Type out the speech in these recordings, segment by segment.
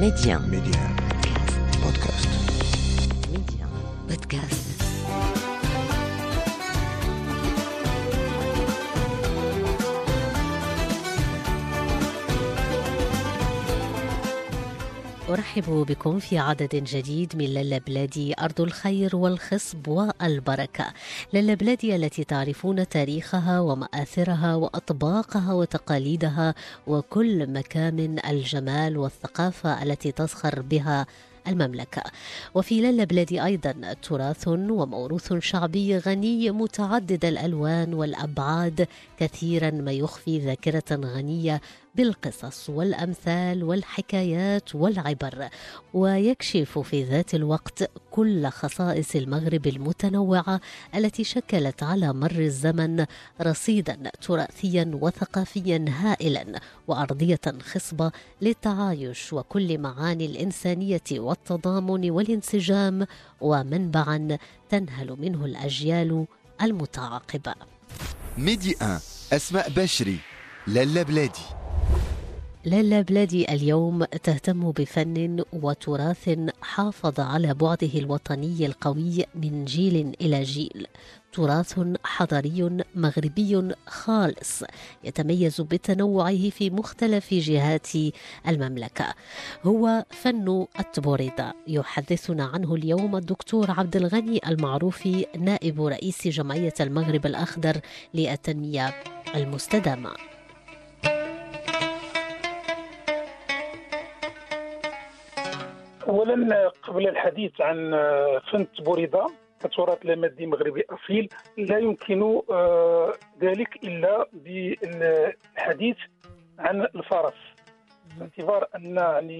Média. Podcast. Média. Podcast. أرحب بكم في عدد جديد من لالا بلادي، أرض الخير والخصب والبركة. لالا بلادي التي تعرفون تاريخها ومآثرها وأطباقها وتقاليدها وكل مكامن الجمال والثقافة التي تزخر بها المملكة. وفي لالا بلادي أيضا تراث وموروث شعبي غني متعدد الألوان والأبعاد، كثيرا ما يخفي ذاكرة غنية بالقصص والأمثال والحكايات والعبر، ويكشف في ذات الوقت كل خصائص المغرب المتنوعة التي شكلت على مر الزمن رصيدا تراثيا وثقافيا هائلا وأرضية خصبة للتعايش وكل معاني الإنسانية والتضامن والانسجام، ومنبعا تنهل منه الأجيال المتعاقبة. ميدي 1 أسماء بشري، لالا بلادي. لالا بلادي اليوم تهتم بفن وتراث حافظ على بعده الوطني القوي من جيل إلى جيل، تراث حضاري مغربي خالص يتميز بتنوعه في مختلف جهات المملكة. هو فن التبوريدة، يحدثنا عنه اليوم الدكتور عبد الغني المعروفي، نائب رئيس جمعية المغرب الأخضر للتنمية المستدامة. أولا، قبل الحديث عن فن التبوريدة كتراث لا مادي مغربي أصيل، لا يمكن ذلك إلا بالحديث عن الفرس، باعتبار أن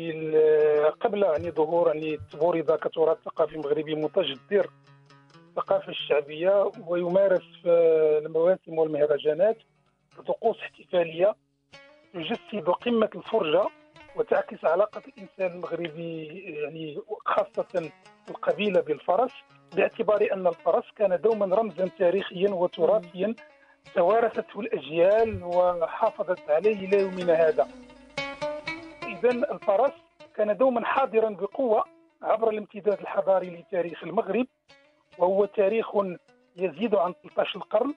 قبل ظهور التبوريدة كتراث ثقافي مغربي متجذر الثقافة الشعبية ويمارس في المواسم والمهرجانات كطقوس احتفالية تجسد قمة الفرجة وتعكس علاقة الإنسان المغربي خاصة القبيلة بالفرس، باعتبار أن الفرس كان دوما رمزا تاريخيا وتراثيا توارثته الأجيال وحافظت عليه إلى يومنا هذا. إذن الفرس كان دوما حاضرا بقوة عبر الامتداد الحضاري لتاريخ المغرب، وهو تاريخ يزيد عن 13 قرن،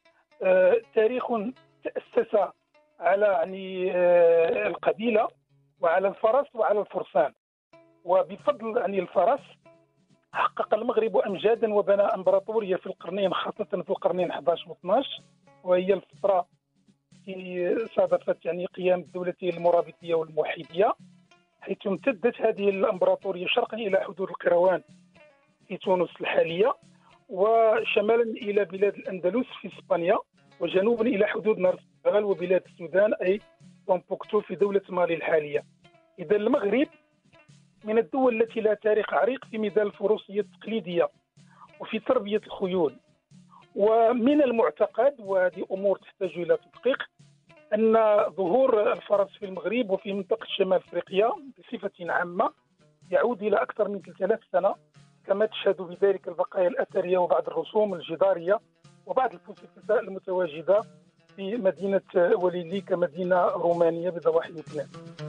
تاريخ تأسس على القبيلة وعلى الفرس وعلى الفرسان. وبفضل الفرس حقق المغرب أمجادا وبنى إمبراطورية في القرنين، خاصة في القرنين 11 و 12، وهي الفترة التي صادفت قيام الدولتين المرابطية والموحدية، حيث امتدت هذه الإمبراطورية شرقا إلى حدود القروان في تونس الحالية، وشمالا إلى بلاد الأندلس في إسبانيا، وجنوبا إلى حدود نهر السنغال وبلاد السودان أي تومبوكتو في دولة مالي الحالية. إذا المغرب من الدول التي لها تاريخ عريق في ميدان الفروسية التقليدية وفي تربية الخيول. ومن المعتقد، وهذه أمور تحتاج إلى تدقيق، أن ظهور الفرس في المغرب وفي منطقة شمال أفريقيا بصفة عامة يعود إلى أكثر من 3000 سنة، كما تشهد بذلك البقايا الأثرية وبعض الرسوم الجدارية وبعض الفسيفساء المتواجدة في مدينة وليلي كمدينة رومانية بضواحي لبنان.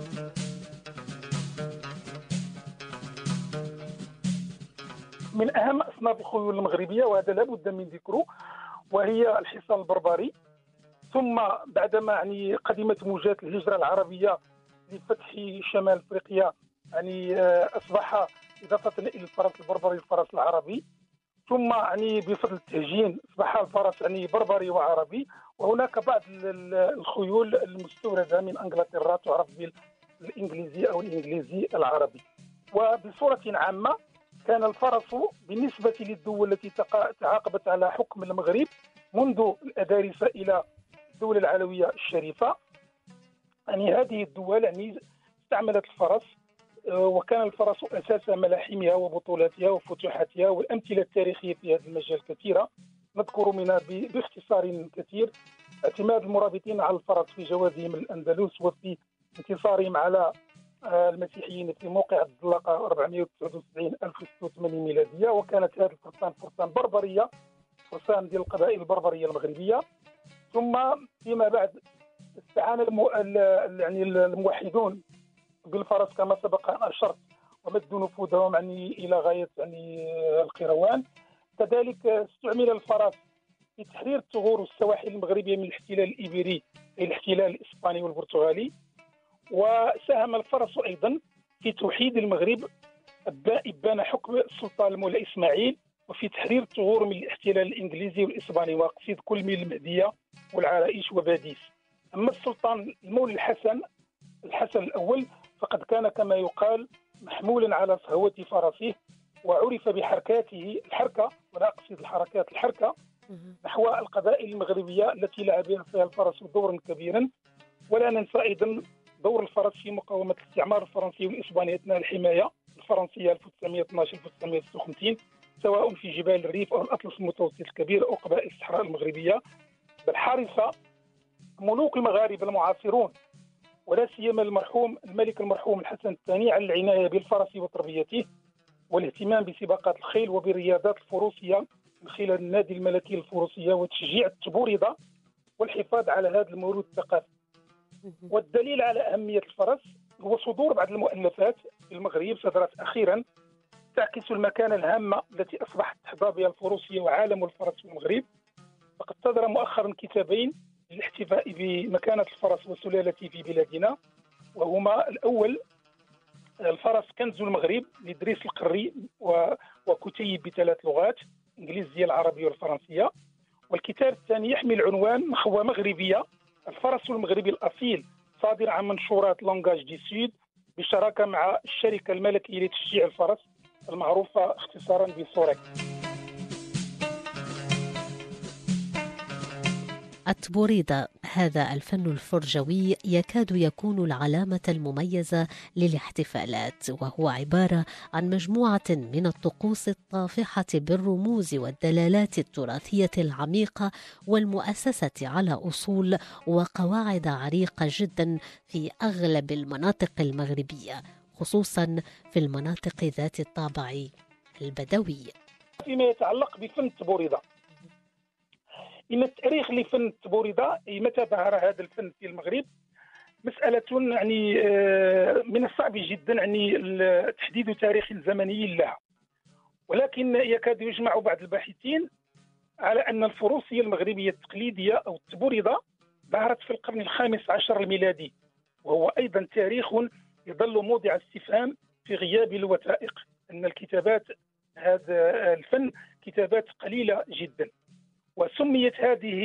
من أهم أصناف الخيول المغربية، وهذا لابد من ذكره، وهي الحصان البربري. ثم بعدما قدمت موجات الهجرة العربية لفتح شمال أفريقيا، أصبح إضافة إلى الفرس البربري الفرس العربي. ثم بفضل التهجين أصبح الفرس بربري وعربي. وهناك بعض الخيول المستوردة من إنجلترا تعرف بالإنجليزي أو الإنجليزي العربي. وبصورة عامة كان الفرس بالنسبة للدول التي تعاقبت على حكم المغرب منذ الأدارسة إلى الدولة العلوية الشريفة، هذه الدول استعملت الفرس، وكان الفرس أساس ملاحمها وبطولاتها وفتوحاتها، والأمثلة التاريخية في هذا المجال كثيرة نذكر منها باختصار كثير: اعتماد المرابطين على الفرس في جوازهم الأندلس وفي انتصارهم على المسيحيين في موقع الزلاقة 479 1086 ميلادية، وكانت هذه الفرسان فرسان بربرية، فرسان ديال القبائل البربرية المغربية. ثم فيما بعد استعان الموحدون بالفرس كما سبق أن أشرت، ومدوا نفوذهم إلى غاية القيروان. كذلك استعمل الفرس في تحرير الثغور والسواحل المغربية من الاحتلال الإيبيري أي الاحتلال الإسباني والبرتغالي. وساهم الفرس أيضا في توحيد المغرب إبان حكم السلطان المولى إسماعيل، وفي تحرير الثغور من الاحتلال الإنجليزي والإسباني، وأقصد كل من المهدية والعرائش وباديس. أما السلطان المولى الحسن الأول فقد كان كما يقال محمولا على صهوة فرسه، وعرف بحركاته الحركة، ولا أقصد الحركة نحو القبائل المغربية التي لعب فيها الفرس دورا كبيرا. ولا ننسى أيضا دور الفرس في مقاومة الاستعمار الفرنسي والإسباني أثناء الحماية الفرنسية 1912-1956، سواء في جبال الريف أو الأطلس المتوسط الكبير أو قبائل الصحراء المغربية. بل حرص ملوك المغاربة المعاصرون ولا سيما الملك المرحوم الحسن الثاني على العناية بالفرس وتربيته، والاهتمام بسباقات الخيل وبالرياضات الفروسية من خلال النادي الملكي للفروسية وتشجيع التبوردة والحفاظ على هذا الموروث الثقافي. والدليل على أهمية الفرس هو صدور بعض المؤلفات في المغرب صدرت أخيرا تعكس المكانة الهامة التي أصبحت تحظى بها الفروسية وعالم الفرس في المغرب. فقد صدر مؤخرا كتابين للاحتفاء بمكانة الفرس وسلالته في بلادنا، وهما الأول الفرس كنز المغرب لإدريس القري وكتيب ب3 لغات الإنجليزية العربية والفرنسية، والكتاب الثاني يحمل عنوان نخوة مغربية الفرس المغربي الأصيل صادر عن منشورات لونغاج دي سود بشراكة مع الشركة الملكية لتشجيع الفرس المعروفة اختصارا بسوريك. التبوريدة، هذا الفن الفرجوي يكاد يكون العلامة المميزة للاحتفالات، وهو عبارة عن مجموعة من الطقوس الطافحة بالرموز والدلالات التراثية العميقة والمؤسسة على أصول وقواعد عريقة جدا في أغلب المناطق المغربية، خصوصا في المناطق ذات الطابع البدوي. فيما يتعلق بفن التبوريدة، إن التاريخ لفن التبوريدة متى ظهر هذا الفن في المغرب مسألة من الصعب جدا تحديد تاريخ زمني لها، ولكن يكاد يجمع بعض الباحثين على أن الفروسية المغربية التقليدية أو التبوريدة ظهرت في القرن ال15 الميلادي، وهو أيضا تاريخ يظل موضع استفهام في غياب الوثائق، أن الكتابات هذا الفن كتابات قليلة جدا. وسميت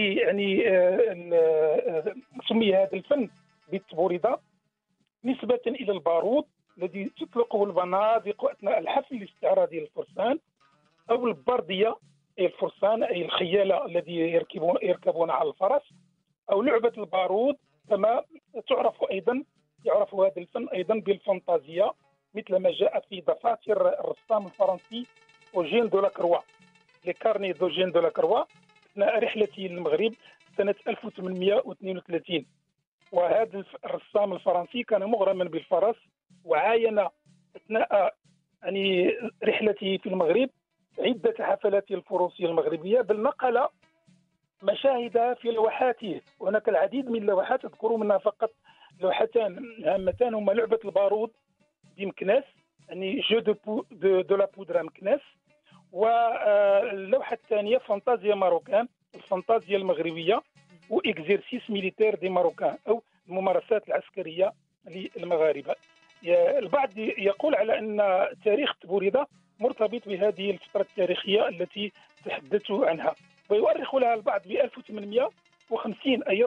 سمي هذا الفن بالتبوريدة نسبة إلى البارود الذي تطلقه البنادق أثناء الحفل الاستعراضي للفرسان، أو البردية أي الفرسان أي الخيالة الذي يركبون على الفرس، أو لعبة البارود كما يعرف هذا الفن أيضا بالفانتازيا، مثل ما جاء في دفاتر الرسام الفرنسي أوجين دو لاكروا لكارني دوجين دو لاكروا أثناء رحلته للمغرب سنة 1832. وهذا الرسام الفرنسي كان مغرما بالفرس، وعاين أثناء رحلته في المغرب عدة حفلات الفروسية المغربية، بل نقل مشاهدها في لوحاته. وهناك العديد من اللوحات أذكر منها فقط لوحتان هامتان، هما لعبة البارود بمكناس جو دو لا بودرا مكناس، واللوحة الثانية فانتازيا ماروكان الفانتازيا المغربية وإكزيرسيس ميليتير دي ماروكان أو الممارسات العسكرية للمغاربة. البعض يقول على أن تاريخ التبوريدة مرتبط بهذه الفترة التاريخية التي تحدثت عنها، ويؤرخ لها البعض ب 1850 أي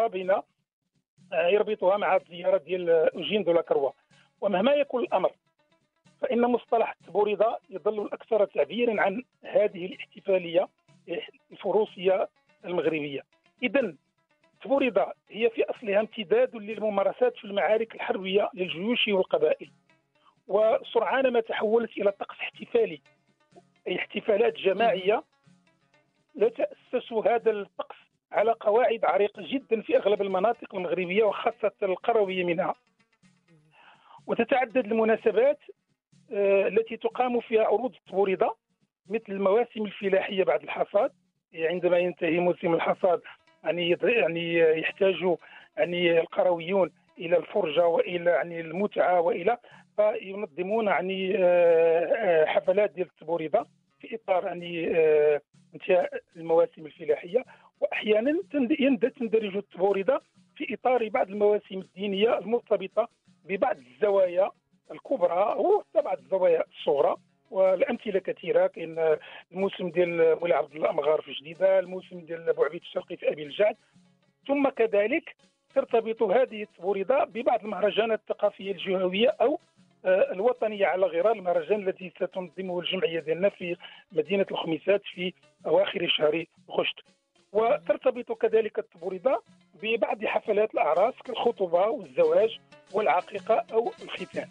يربطها مع الزيارة ديال أوجين دو لاكروا. ومهما يكون الأمر فإن مصطلح التبوريدة يظل الأكثر تعبيرا عن هذه الاحتفالية الفروسية المغربية. إذن التبوريدة هي في أصلها امتداد للممارسات في المعارك الحربية للجيوش والقبائل، وسرعان ما تحولت إلى طقس احتفالي أي احتفالات جماعية. لا تأسس هذا الطقس على قواعد عريقة جدا في أغلب المناطق المغربية وخاصة القروية منها، وتتعدد المناسبات التي تقام فيها عروض التبوريدة مثل المواسم الفلاحية بعد الحصاد. عندما ينتهي موسم الحصاد يحتاج القرويون الى الفرجه والى يعني المتعه والى، فينظمون يعني حفلات ديال التبوريده في اطار يعني انتهاء المواسم الفلاحيه. واحيانا تندرج التبوريده في اطار بعض المواسم الدينيه المرتبطه ببعض الزوايا الكبرى وحتى بعض الزوايا الصغرى. والامثله كثيره، كاين الموسم ديال مولاي عبد الله امغار في جديده، الموسم ديال بوعبيد الشرقي في ابي الجعد. ثم كذلك ترتبط هذه التبوريده ببعض المهرجانات الثقافيه الجهويه او الوطنيه، على غرار المهرجان الذي ستنظمه الجمعيه ديالنا في مدينه الخميسات في اواخر شهر غشت. وترتبط كذلك التبوريده ببعض حفلات الاعراس كالخطوبه والزواج والعقيقه او الختان.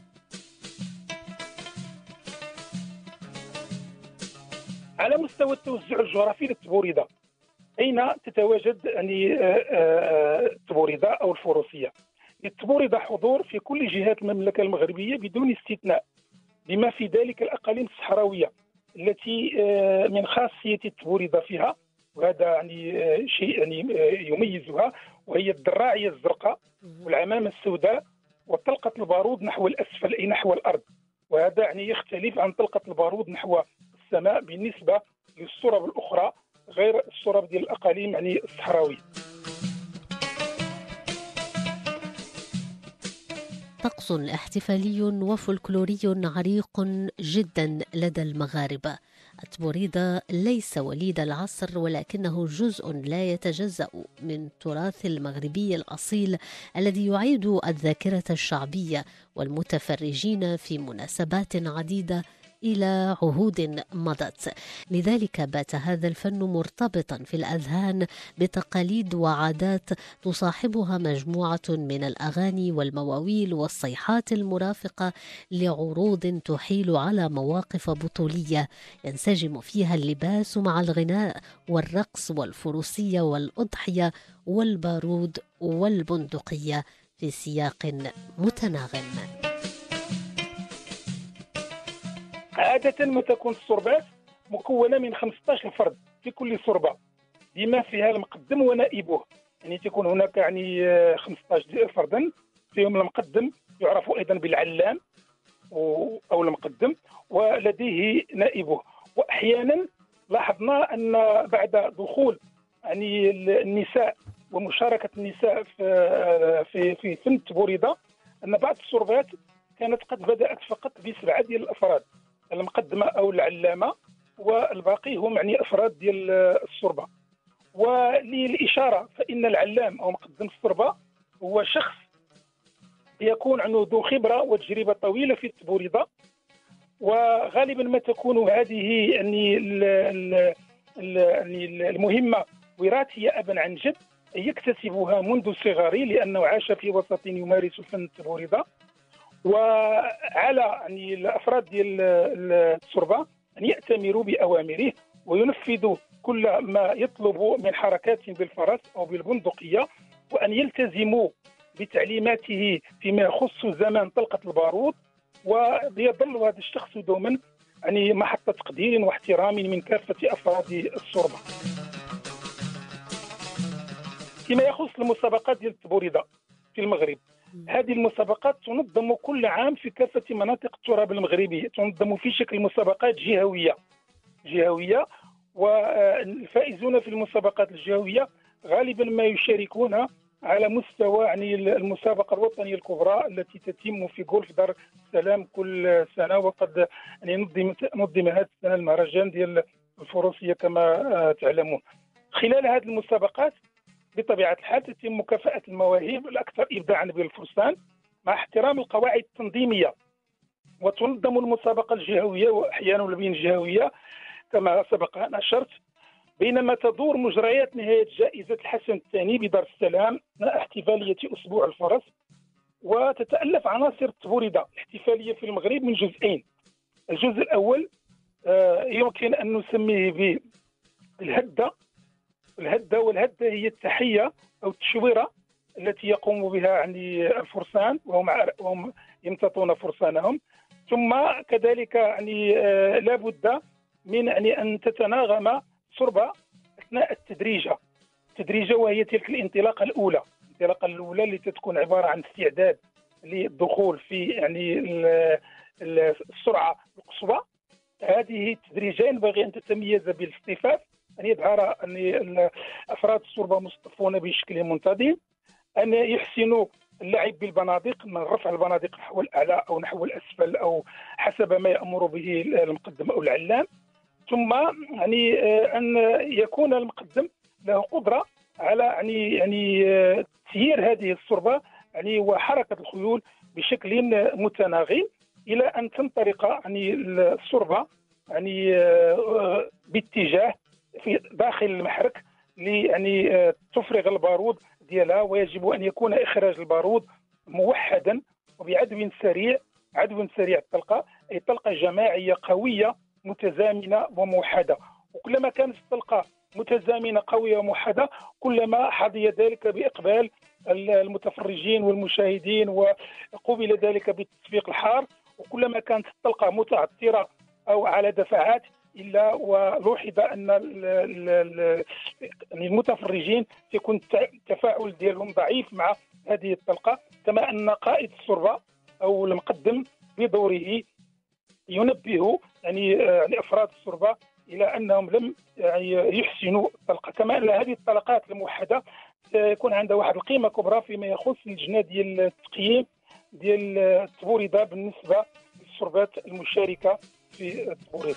على مستوى التوزع الجغرافي للتبوريده، أين تتواجد يعني التبوريده أو الفروسية؟ للتبوريده حضور في كل جهات المملكة المغربية بدون استثناء، بما في ذلك الأقاليم الصحراوية التي من خاصية التبوريده فيها، وهذا يعني شيء يعني يميزها، وهي الدراعية الزرقاء والعمامة السوداء وطلقة البارود نحو الأسفل أي نحو الأرض. وهذا يعني يختلف عن طلقة البارود نحو السماء بالنسبة للصورة الأخرى غير الصورة ديال الأقاليم يعني الصحراوية. طقس احتفالي وفولكلوري عريق جدا لدى المغاربة. التبوريدة ليس وليد العصر، ولكنه جزء لا يتجزأ من التراث المغربي الأصيل الذي يعيد الذاكرة الشعبية والمتفرجين في مناسبات عديدة إلى عهود مضت. لذلك بات هذا الفن مرتبطا في الأذهان بتقاليد وعادات تصاحبها مجموعة من الأغاني والمواويل والصيحات المرافقة لعروض تحيل على مواقف بطولية ينسجم فيها اللباس مع الغناء والرقص والفروسية والأضحية والبارود والبندقية في سياق متناغم. عادة ما تكون الصربات مكونة من 15 فرد في كل صربة، بما فيها المقدم ونائبه. يعني تكون هناك يعني 15 فردا، فيهم المقدم يعرف أيضا بالعلام أو المقدم، ولديه نائبه. وأحيانا لاحظنا أن بعد دخول يعني النساء ومشاركة النساء في فن التبوريده، أن بعض الصربات كانت قد بدأت فقط ب7 ديال الأفراد، المقدمة أو العلامة، والباقي هم يعني أفراد ديال الصربة. وللإشارة فإن العلام أو مقدم الصربة هو شخص يكون عنده خبرة وتجربة طويلة في التبوريده، وغالبا ما تكون هذه يعني المهمة وراثية أبا عن جد، يكتسبها منذ صغره لأنه عاش في وسط يمارس فن التبوريده. وعلى يعني الافراد ديال الصربه ان يأتمروا باوامره وينفذوا كل ما يطلب من حركات بالفرس او بالبندقيه، وان يلتزموا بتعليماته فيما يخص زمان طلقه البارود. ويظل هذا الشخص دوما يعني محط تقدير واحترام من كافه افراد الصربه. فيما يخص المسابقات ديال التبوريده في المغرب، هذه المسابقات تنظم كل عام في كافة مناطق التراب المغربي، تنظم في شكل مسابقات جهوية، والفائزون في المسابقات الجهوية غالبا ما يشاركون على مستوى يعني المسابقة الوطنية الكبرى التي تتم في غولف دار السلام كل سنة. وقد يعني نظم هذه السنة المهرجان ديال الفروسية كما تعلمون. خلال هذه المسابقات بطبيعة الحال تتم مكافأة المواهب الأكثر إبداعا بالفرسان مع احترام القواعد التنظيمية، وتنظم المسابقة الجهوية وأحيانا البين الجهوية كما سبق أن أشرت، بينما تدور مجريات نهاية جائزة الحسن الثاني بدار السلام أثناء احتفالية أسبوع الفرس. وتتألف عناصر التبوريده الاحتفالية في المغرب من جزئين. الجزء الأول يمكن أن نسميه بالهدة. والهدة هي التحية أو التشويرة التي يقوم بها يعني الفرسان وهم يمتطون فرسانهم. ثم كذلك يعني لا بد من يعني أن تتناغم صربة أثناء التدريجة، وهي تلك الانطلاقة الأولى الانطلاقه الاولى اللي تكون عباره عن استعداد للدخول في يعني السرعه القصوى. هذه تدريجيا ينبغي ان تتميز بالاصطفاف، ان يظهر ان افراد الشرطه مصطفون بشكل منتظم، ان يحسنوا اللعب بالبنادق من رفع البنادق نحو الاعلى او نحو الاسفل او حسب ما يامر به المقدم او العلام. ثم يعني ان يكون المقدم له قدره على يعني تسيير هذه الصربه يعني وحركه الخيول بشكل متناغم الى ان تنطلق يعني الصربه يعني باتجاه في داخل المحرك يعني تفرغ البارود ديالها. ويجب ان يكون اخراج البارود موحدا وبعدو سريع، عدو سريع الطلقه، اي طلقه جماعيه قويه متزامنه وموحده. وكلما كانت الطلقه متزامنه قويه وموحده كلما حظي ذلك باقبال المتفرجين والمشاهدين وقوبل ذلك بالتصفيق الحار. وكلما كانت الطلقه متعثره او على دفعات الا ولوحظ ان المتفرجين يكون التفاعل ديالهم ضعيف مع هذه الطلقه. كما ان قائد الصربه او المقدم بدوره ينبه يعني افراد الصربه الى انهم لم يحسنوا الطلقه. كما ان هذه الطلقات الموحده يكون عندها واحد القيمه كبرى فيما يخص اللجنه ديال التقييم ديال التبوريده بالنسبه للصربات المشاركه في التبوريده.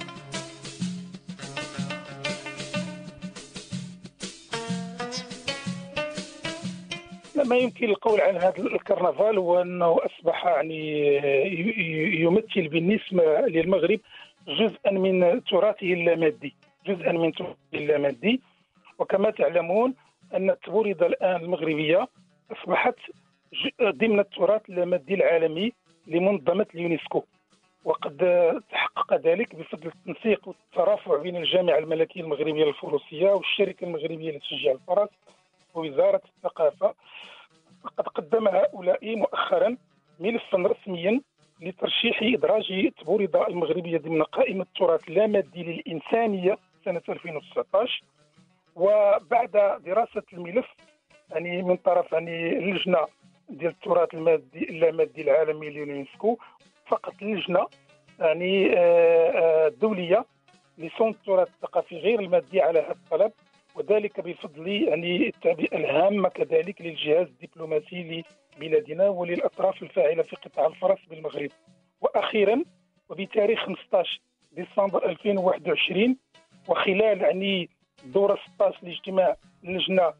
ما يمكن القول عن هذا الكرنفال هو انه اصبح يعني يمثل بالنسبه للمغرب جزءا من تراثه اللامادي، جزءا من تراثه اللامادي. وكما تعلمون ان التبوريده الان المغربيه اصبحت ضمن التراث اللامادي العالمي لمنظمه اليونسكو، وقد تحقق ذلك بفضل التنسيق والترافع بين الجامعه الملكيه المغربيه الفروسيه والشركه المغربيه لتشجيع الفرس ووزاره الثقافه. فقد قدم هؤلاء مؤخرا ملفا رسميا لترشيح ادراج التبوريده المغربيه ضمن قائمه التراث اللامادي للانسانيه سنه 2019. وبعد دراسه الملف يعني من طرف يعني اللجنه ديال التراث المادي اللامادي العالمي لليونسكو، فقط اللجنه يعني الدوليه لصون التراث الثقافي غير المادي على هذا الطلب، وذلك بفضل يعني التعبئه الهامه كذلك للجهاز الدبلوماسي لبلادنا وللاطراف الفاعله في قطاع الفرس بالمغرب. واخيرا وبتاريخ 15 ديسمبر 2021 وخلال يعني الدوره 16 لاجتماع اللجنه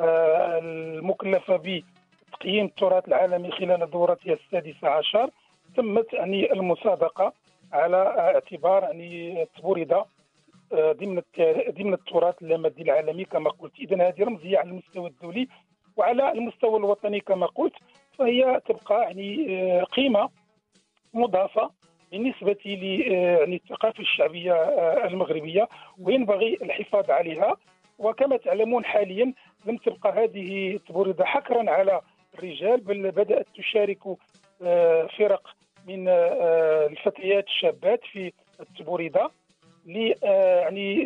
المكلفه بتقييم التراث العالمي خلال دورتها السادسه عشر، تمت يعني المصادقه على اعتبار يعني التبوريده ضمن التراث اللامادي العالمي كما قلت. اذا هذه رمزيه على المستوى الدولي، وعلى المستوى الوطني كما قلت فهي تبقى يعني قيمه مضافه بالنسبه ل يعني الثقافه الشعبيه المغربيه، وينبغي الحفاظ عليها. وكما تعلمون حاليا لم تبقى هذه التبوريده حكرا على الرجال، بل بدات تشارك فرق من الفتيات الشابات في التبوريده يعني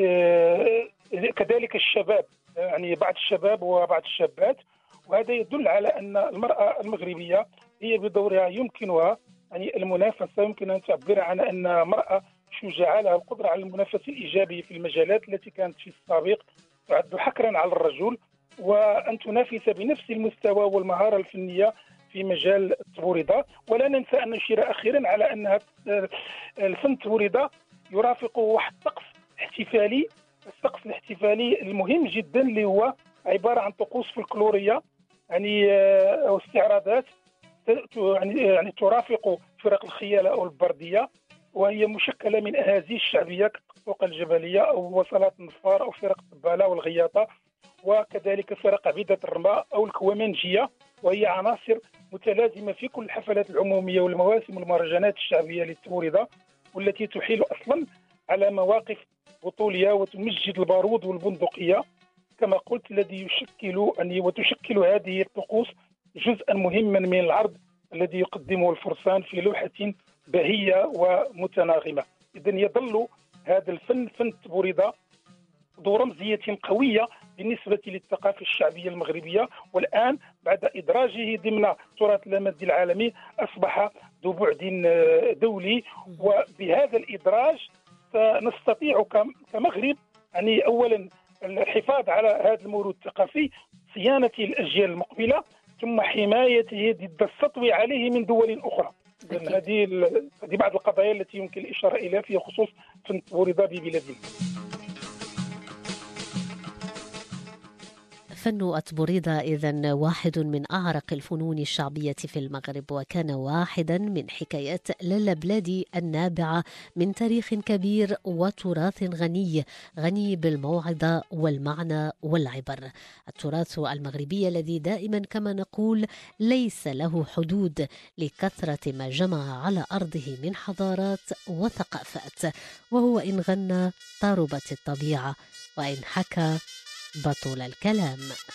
كذلك الشباب، يعني بعض الشباب وبعض الشابات. وهذا يدل على ان المراه المغربيه هي بدورها يمكنها يعني المنافسه، يمكن ان تعبر عن ان امراه شجاعه لها القدره على المنافسه الايجابيه في المجالات التي كانت في السابق تعد حكرا على الرجل، وان تنافس بنفس المستوى والمهاره الفنيه في مجال التبوريده. ولا ننسى ان نشير اخيرا على ان الفن التبوريده يرافق واحد الطقس احتفالي، الطقس الاحتفالي المهم جدا اللي هو عباره عن طقوس فلكلوريه يعني او استعراضات يعني ترافق فرق الخياله او البرديه، وهي مشكله من اهازيج الشعبيه كالطقطقه الجبليه او وصلات النفار او فرق الطباله والغياطه، وكذلك فرق عبيده الرماء او الكومانجيه، وهي عناصر متلازمه في كل الحفلات العموميه والمواسم والمهرجانات الشعبيه للتبوريده، والتي تحيل اصلا على مواقف بطوليه وتمجد البارود والبندقيه كما قلت، الذي يشكل وتشكل هذه الطقوس جزءا مهما من العرض الذي يقدمه الفرسان في لوحه بهيه ومتناغمه. اذا يظل هذا الفن، فن التبوريده، ذو رمزيه قويه بالنسبة للثقافة الشعبية المغربية، والآن بعد إدراجه ضمن تراث اللامادي العالمي أصبح ذو بعد دولي. وبهذا الإدراج نستطيع كمغرب يعني أولا الحفاظ على هذا الموروث الثقافي، صيانة الأجيال المقبلة، ثم حمايته ضد السطو عليه من دول أخرى. هذه بعض القضايا التي يمكن الإشارة إليها في خصوص فن بوريدة ببلادنا. فن أتبوريدة إذن واحد من أعرق الفنون الشعبية في المغرب، وكان واحدا من حكايات لالا بلادي النابعة من تاريخ كبير وتراث غني بالموعظة والمعنى والعبر. التراث المغربي الذي دائما كما نقول ليس له حدود لكثرة ما جمع على أرضه من حضارات وثقافات، وهو إن غنى طربت الطبيعة وإن حكى بطل الكلام.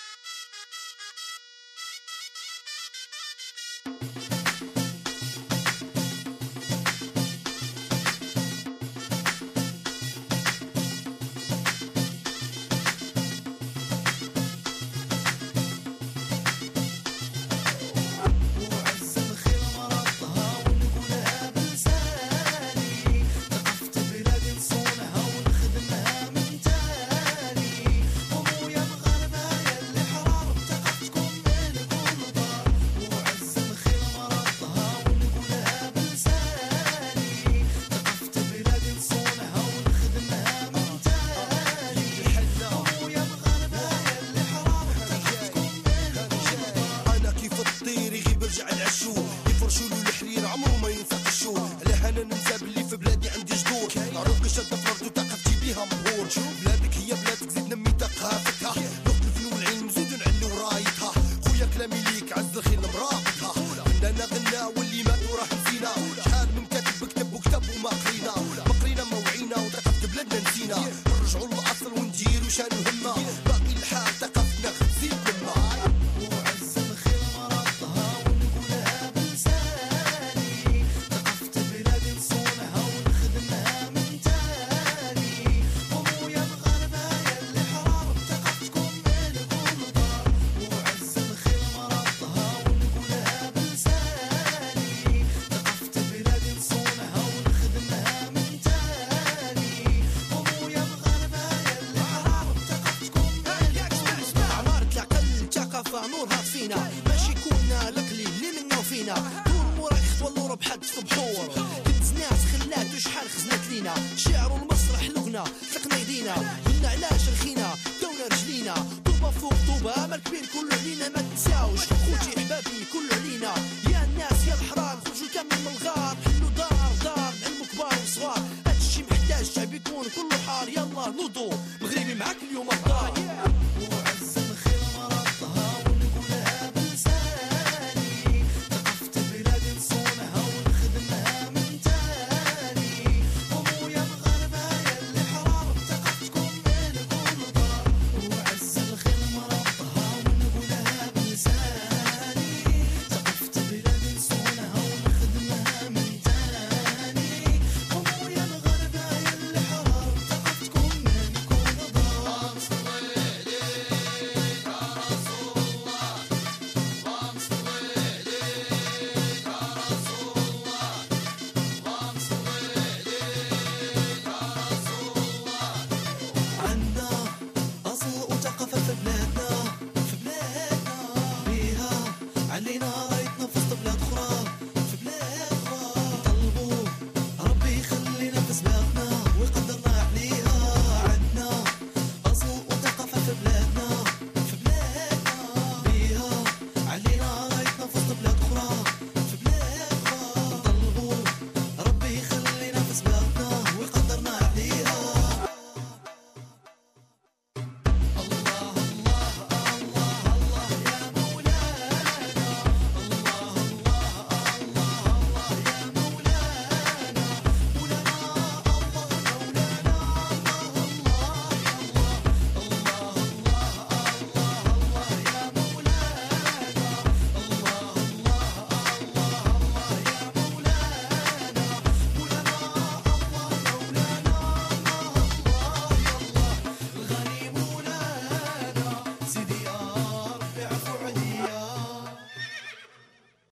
ماشي كنا لقلي اللي منا وفينا دور موراك خطوة ربحت في بحور كنت ناس خلات وشحال خزنت لينا شعر والمسرح لغنا طلقنا يدينا قلنا علاش رخينا دونا رجلينا طوبة فوق طوبة ما الكبير كله علينا ما تنساوش خوتي احبابي كله علينا يا الناس يا الحرام خرجوا كامل من الغار حلوا دار نعلموا كبار وصغار هادشي محتاج شعب يكون كله حار يلا نوضو مغربي معاك اليوم